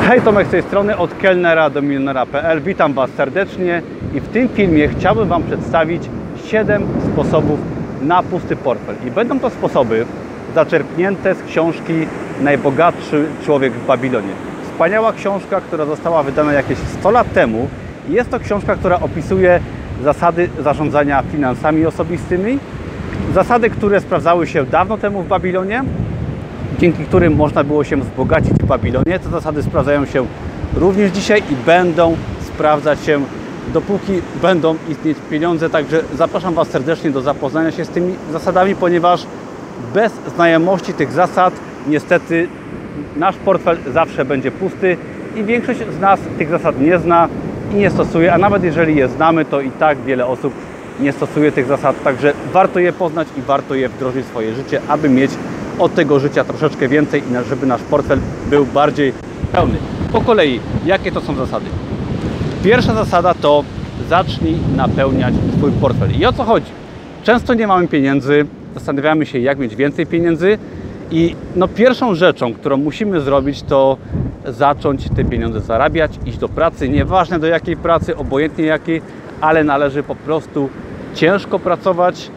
Hej, Tomek z tej strony, od kelnera do milionera.pl. Witam Was serdecznie i w tym filmie chciałbym Wam przedstawić 7 sposobów na pusty portfel. I będą to sposoby zaczerpnięte z książki Najbogatszy człowiek w Babilonie. Wspaniała książka, która została wydana jakieś 100 lat temu. Jest to książka, która opisuje zasady zarządzania finansami osobistymi. Zasady, które sprawdzały się dawno temu w Babilonie, dzięki którym można było się wzbogacić w Babilonie. Te zasady sprawdzają się również dzisiaj i będą sprawdzać się, dopóki będą istnieć pieniądze. Także zapraszam Was serdecznie do zapoznania się z tymi zasadami, ponieważ bez znajomości tych zasad niestety nasz portfel zawsze będzie pusty i większość z nas tych zasad nie zna i nie stosuje, a nawet jeżeli je znamy, to i tak wiele osób nie stosuje tych zasad. Także warto je poznać i warto je wdrożyć w swoje życie, aby mieć od tego życia troszeczkę więcej i żeby nasz portfel był bardziej pełny. Po kolei, jakie to są zasady? Pierwsza zasada to zacznij napełniać swój portfel. I o co chodzi? Często nie mamy pieniędzy, zastanawiamy się, jak mieć więcej pieniędzy i pierwszą rzeczą, którą musimy zrobić, to zacząć te pieniądze zarabiać, iść do pracy, nieważne do jakiej pracy, obojętnie jakiej, ale należy po prostu ciężko pracować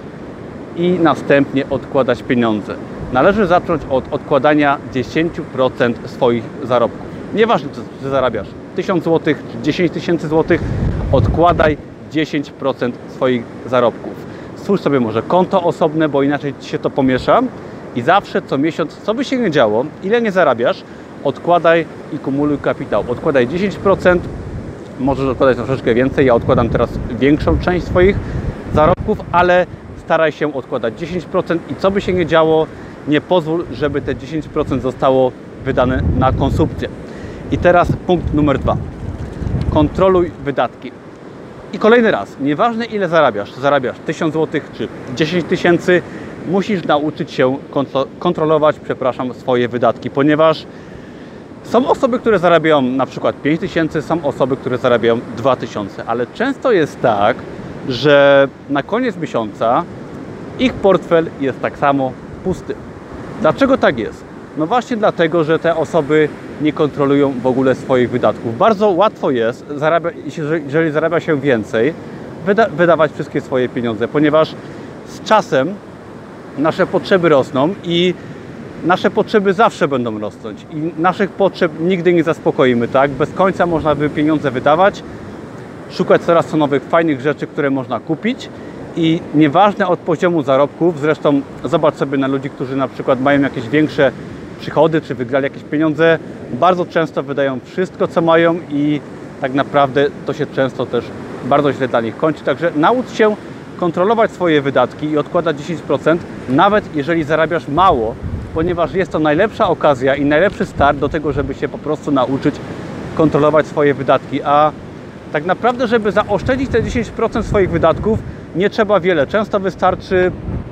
i następnie odkładać pieniądze. Należy zacząć od odkładania 10% swoich zarobków. Nieważne, czy zarabiasz 1000 zł czy 10 tysięcy złotych, odkładaj 10% swoich zarobków. Stwórz sobie może konto osobne, bo inaczej Ci się to pomiesza i zawsze co miesiąc, co by się nie działo, ile nie zarabiasz, odkładaj i kumuluj kapitał. Odkładaj 10%, możesz odkładać troszeczkę więcej. Ja odkładam teraz większą część swoich zarobków, ale staraj się odkładać 10% i co by się nie działo, nie pozwól, żeby te 10% zostało wydane na konsumpcję. I teraz punkt numer 2. Kontroluj wydatki. I kolejny raz, nieważne ile zarabiasz, czy zarabiasz 1000 zł czy 10 tysięcy, musisz nauczyć się kontrolować, swoje wydatki, ponieważ są osoby, które zarabiają na przykład 5 tysięcy, są osoby, które zarabiają 2000, ale często jest tak, że na koniec miesiąca ich portfel jest tak samo pusty. Dlaczego tak jest? No właśnie dlatego, że te osoby nie kontrolują w ogóle swoich wydatków. Bardzo łatwo jest, jeżeli zarabia się więcej, wydawać wszystkie swoje pieniądze, ponieważ z czasem nasze potrzeby rosną i nasze potrzeby zawsze będą rosnąć i naszych potrzeb nigdy nie zaspokoimy, tak? Bez końca można by pieniądze wydawać, szukać coraz to nowych, fajnych rzeczy, które można kupić i nieważne od poziomu zarobków, zresztą zobacz sobie na ludzi, którzy na przykład mają jakieś większe przychody, czy wygrali jakieś pieniądze, bardzo często wydają wszystko, co mają i tak naprawdę to się często też bardzo źle dla nich kończy. Także naucz się kontrolować swoje wydatki i odkładać 10%, nawet jeżeli zarabiasz mało, ponieważ jest to najlepsza okazja i najlepszy start do tego, żeby się po prostu nauczyć kontrolować swoje wydatki. A tak naprawdę, żeby zaoszczędzić te 10% swoich wydatków, nie trzeba wiele. Często wystarczy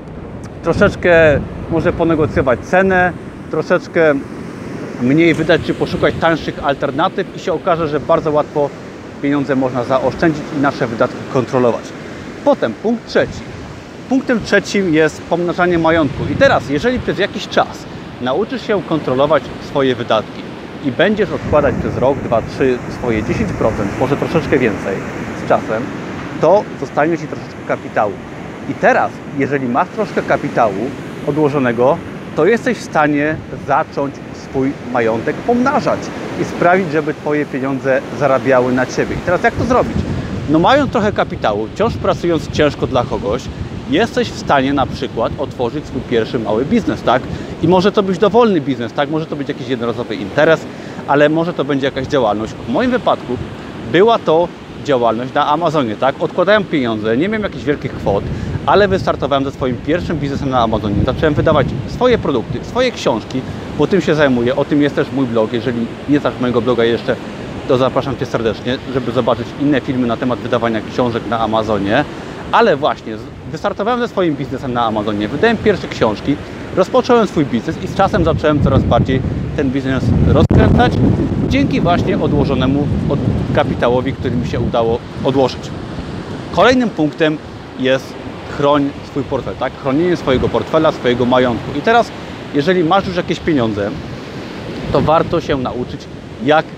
troszeczkę może ponegocjować cenę, troszeczkę mniej wydać, czy poszukać tańszych alternatyw i się okaże, że bardzo łatwo pieniądze można zaoszczędzić i nasze wydatki kontrolować. Potem punkt trzeci. Punktem trzecim jest pomnażanie majątku. I teraz, jeżeli przez jakiś czas nauczysz się kontrolować swoje wydatki i będziesz odkładać przez rok, 2, 3 swoje 10%, może troszeczkę więcej z czasem, to zostanie Ci troszeczkę kapitału. I teraz, jeżeli masz troszkę kapitału odłożonego, to jesteś w stanie zacząć swój majątek pomnażać i sprawić, żeby Twoje pieniądze zarabiały na Ciebie. I teraz jak to zrobić? No mając trochę kapitału, wciąż pracując ciężko dla kogoś, jesteś w stanie na przykład otworzyć swój pierwszy mały biznes, tak? I może to być dowolny biznes, tak? Może to być jakiś jednorazowy interes, ale może to będzie jakaś działalność. W moim wypadku była to działalność na Amazonie, tak? Odkładałem pieniądze, nie miałem jakichś wielkich kwot, ale wystartowałem ze swoim pierwszym biznesem na Amazonie. Zacząłem wydawać swoje produkty, swoje książki, bo tym się zajmuję. O tym jest też mój blog. Jeżeli nie znasz mojego bloga jeszcze, to zapraszam Cię serdecznie, żeby zobaczyć inne filmy na temat wydawania książek na Amazonie. Ale właśnie, wystartowałem ze swoim biznesem na Amazonie, wydałem pierwsze książki, rozpocząłem swój biznes i z czasem zacząłem coraz bardziej ten biznes rozkręcać dzięki właśnie odłożonemu kapitałowi, który mi się udało odłożyć. Kolejnym punktem jest chroń swój portfel, tak? Chronienie swojego portfela, swojego majątku. I teraz, jeżeli masz już jakieś pieniądze, to warto się nauczyć, jak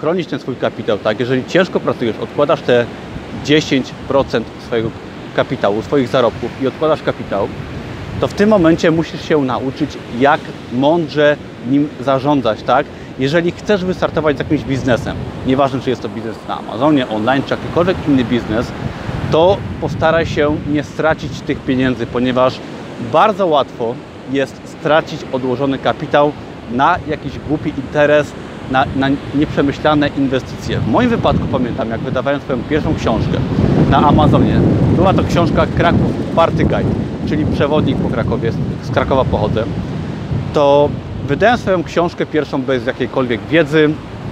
chronić ten swój kapitał, tak? Jeżeli ciężko pracujesz, odkładasz te 10% swojego kapitału, swoich zarobków i odkładasz kapitał, to w tym momencie musisz się nauczyć, jak mądrze nim zarządzać, tak? Jeżeli chcesz wystartować z jakimś biznesem, nieważne czy jest to biznes na Amazonie, online, czy jakikolwiek inny biznes, to postaraj się nie stracić tych pieniędzy, ponieważ bardzo łatwo jest stracić odłożony kapitał na jakiś głupi interes, na nieprzemyślane inwestycje. W moim wypadku pamiętam, jak wydawałem swoją pierwszą książkę na Amazonie, była to książka Kraków Party Guide, czyli przewodnik po Krakowie, z Krakowa pochodzę, to wydałem swoją książkę pierwszą bez jakiejkolwiek wiedzy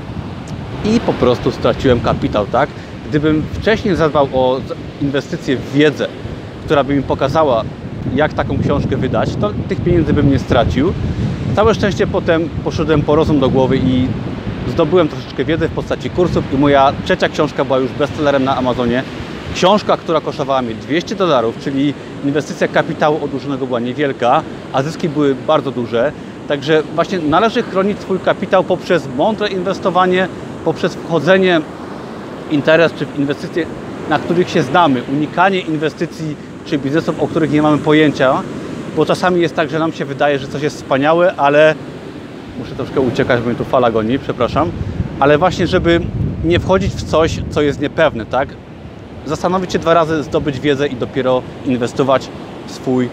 i po prostu straciłem kapitał, tak? Gdybym wcześniej zadbał o inwestycje w wiedzę, która by mi pokazała, jak taką książkę wydać, to tych pieniędzy bym nie stracił. Całe szczęście potem poszedłem po rozum do głowy i zdobyłem troszeczkę wiedzy w postaci kursów i moja trzecia książka była już bestsellerem na Amazonie. Książka, która kosztowała mnie $200, czyli inwestycja kapitału odłożonego była niewielka, a zyski były bardzo duże. Także właśnie należy chronić swój kapitał poprzez mądre inwestowanie, poprzez wchodzenie w interes czy w inwestycje, na których się znamy, unikanie inwestycji czy biznesów, o których nie mamy pojęcia, bo czasami jest tak, że nam się wydaje, że coś jest wspaniałe, ale muszę troszkę uciekać, bo mnie tu fala goni, przepraszam, ale właśnie, żeby nie wchodzić w coś, co jest niepewne, tak? Zastanowić się 2 razy, zdobyć wiedzę i dopiero inwestować w swój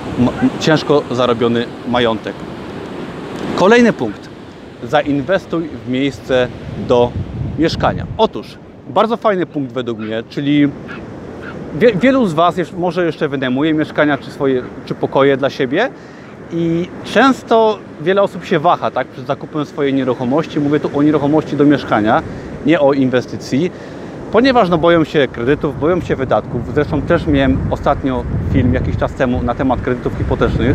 ciężko zarobiony majątek. Kolejny punkt. Zainwestuj w miejsce do mieszkania. Otóż, bardzo fajny punkt według mnie, czyli wielu z Was może jeszcze wynajmuje mieszkania czy pokoje dla siebie i często wiele osób się waha, tak, przed zakupem swojej nieruchomości. Mówię tu o nieruchomości do mieszkania, nie o inwestycji, ponieważ boją się kredytów, boją się wydatków. Zresztą też miałem ostatnio film jakiś czas temu na temat kredytów hipotecznych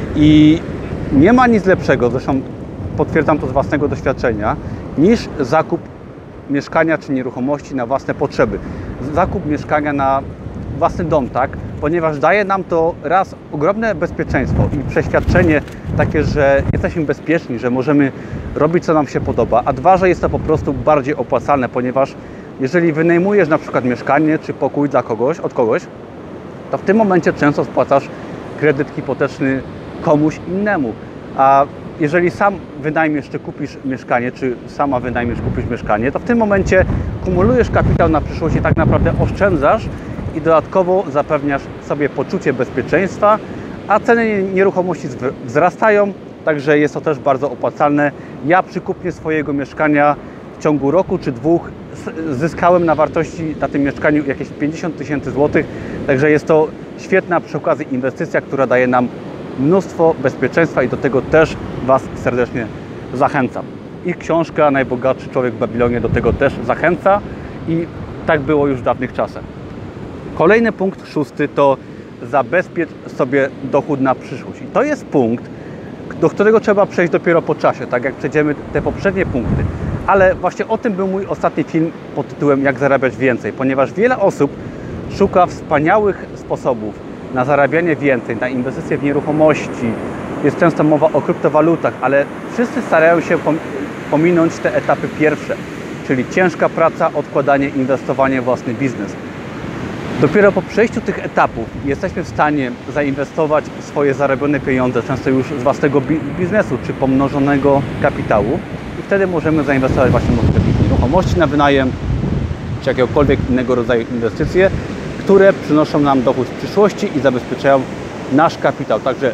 i nie ma nic lepszego, zresztą potwierdzam to z własnego doświadczenia, niż zakup mieszkania czy nieruchomości na własne potrzeby. Zakup mieszkania na własny dom, tak? Ponieważ daje nam to raz ogromne bezpieczeństwo i przeświadczenie takie, że jesteśmy bezpieczni, że możemy robić co nam się podoba, a 2, że jest to po prostu bardziej opłacalne, ponieważ jeżeli wynajmujesz na przykład mieszkanie czy pokój dla kogoś, od kogoś, to w tym momencie często spłacasz kredyt hipoteczny komuś innemu, a jeżeli sam wynajmiesz czy kupisz mieszkanie, czy sama wynajmiesz, kupisz mieszkanie, to w tym momencie kumulujesz kapitał na przyszłość i tak naprawdę oszczędzasz i dodatkowo zapewniasz sobie poczucie bezpieczeństwa, a ceny nieruchomości wzrastają, także jest to też bardzo opłacalne. Ja przy kupnie swojego mieszkania w ciągu roku czy 2 zyskałem na wartości na tym mieszkaniu jakieś 50 000 złotych, także jest to świetna przy okazji inwestycja, która daje nam mnóstwo bezpieczeństwa i do tego też Was serdecznie zachęcam. Ich książka Najbogatszy człowiek w Babilonie do tego też zachęca i tak było już w dawnych czasach. Kolejny punkt 6 to zabezpiecz sobie dochód na przyszłość. I to jest punkt, do którego trzeba przejść dopiero po czasie, tak jak przejdziemy te poprzednie punkty. Ale właśnie o tym był mój ostatni film pod tytułem Jak zarabiać więcej, ponieważ wiele osób szuka wspaniałych sposobów na zarabianie więcej, na inwestycje w nieruchomości. Jest często mowa o kryptowalutach, ale wszyscy starają się pominąć te etapy pierwsze, czyli ciężka praca, odkładanie, inwestowanie w własny biznes. Dopiero po przejściu tych etapów jesteśmy w stanie zainwestować swoje zarobione pieniądze, często już z własnego biznesu czy pomnożonego kapitału i wtedy możemy zainwestować właśnie w nieruchomości na wynajem czy jakiegokolwiek innego rodzaju inwestycje, które przynoszą nam dochód w przyszłości i zabezpieczają nasz kapitał. Także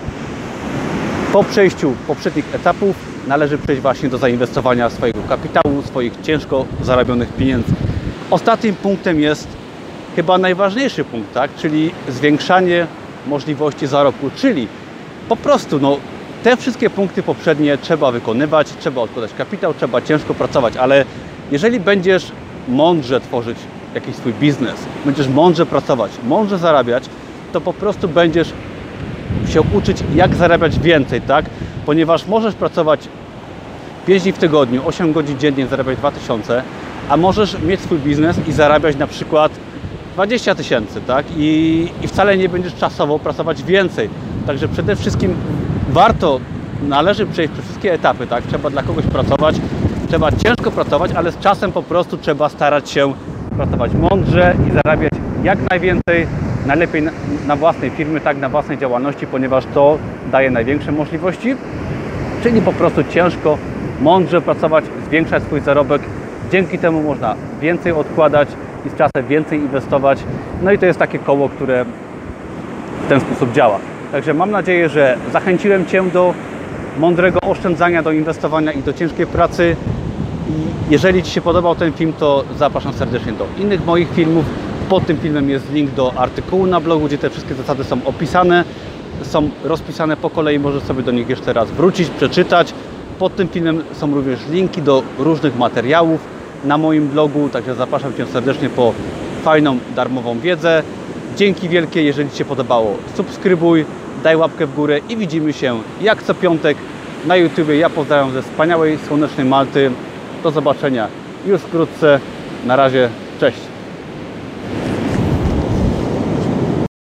po przejściu poprzednich etapów należy przejść właśnie do zainwestowania swojego kapitału, swoich ciężko zarobionych pieniędzy. Ostatnim punktem jest chyba najważniejszy punkt, tak? Czyli zwiększanie możliwości zarobku, czyli po prostu te wszystkie punkty poprzednie trzeba wykonywać, trzeba odkładać kapitał, trzeba ciężko pracować, ale jeżeli będziesz mądrze tworzyć jakiś swój biznes, będziesz mądrze pracować, mądrze zarabiać, to po prostu będziesz się uczyć, jak zarabiać więcej, tak? Ponieważ możesz pracować 5 dni w tygodniu, 8 godzin dziennie, zarabiać 2000, a możesz mieć swój biznes i zarabiać na przykład 20 000, tak? I wcale nie będziesz czasowo pracować więcej. Także przede wszystkim należy przejść przez wszystkie etapy, tak? Trzeba dla kogoś pracować, Trzeba ciężko pracować, ale z czasem po prostu trzeba starać się pracować mądrze i zarabiać jak najwięcej, najlepiej na własnej firmie, tak na własnej działalności, ponieważ to daje największe możliwości. Czyli po prostu ciężko, mądrze pracować, zwiększać swój zarobek. Dzięki temu można więcej odkładać i z czasem więcej inwestować. No i to jest takie koło, które w ten sposób działa. Także mam nadzieję, że zachęciłem Cię do mądrego oszczędzania, do inwestowania i do ciężkiej pracy. I jeżeli Ci się podobał ten film, to zapraszam serdecznie do innych moich filmów. Pod tym filmem jest link do artykułu na blogu, gdzie te wszystkie zasady są opisane, są rozpisane po kolei, możesz sobie do nich jeszcze raz wrócić, przeczytać. Pod tym filmem są również linki do różnych materiałów na moim blogu, także zapraszam Cię serdecznie po fajną, darmową wiedzę. Dzięki wielkie, jeżeli Ci się podobało, subskrybuj, daj łapkę w górę i widzimy się jak co piątek na YouTubie. Ja pozdrawiam ze wspaniałej, słonecznej Malty. Do zobaczenia już wkrótce. Na razie, cześć.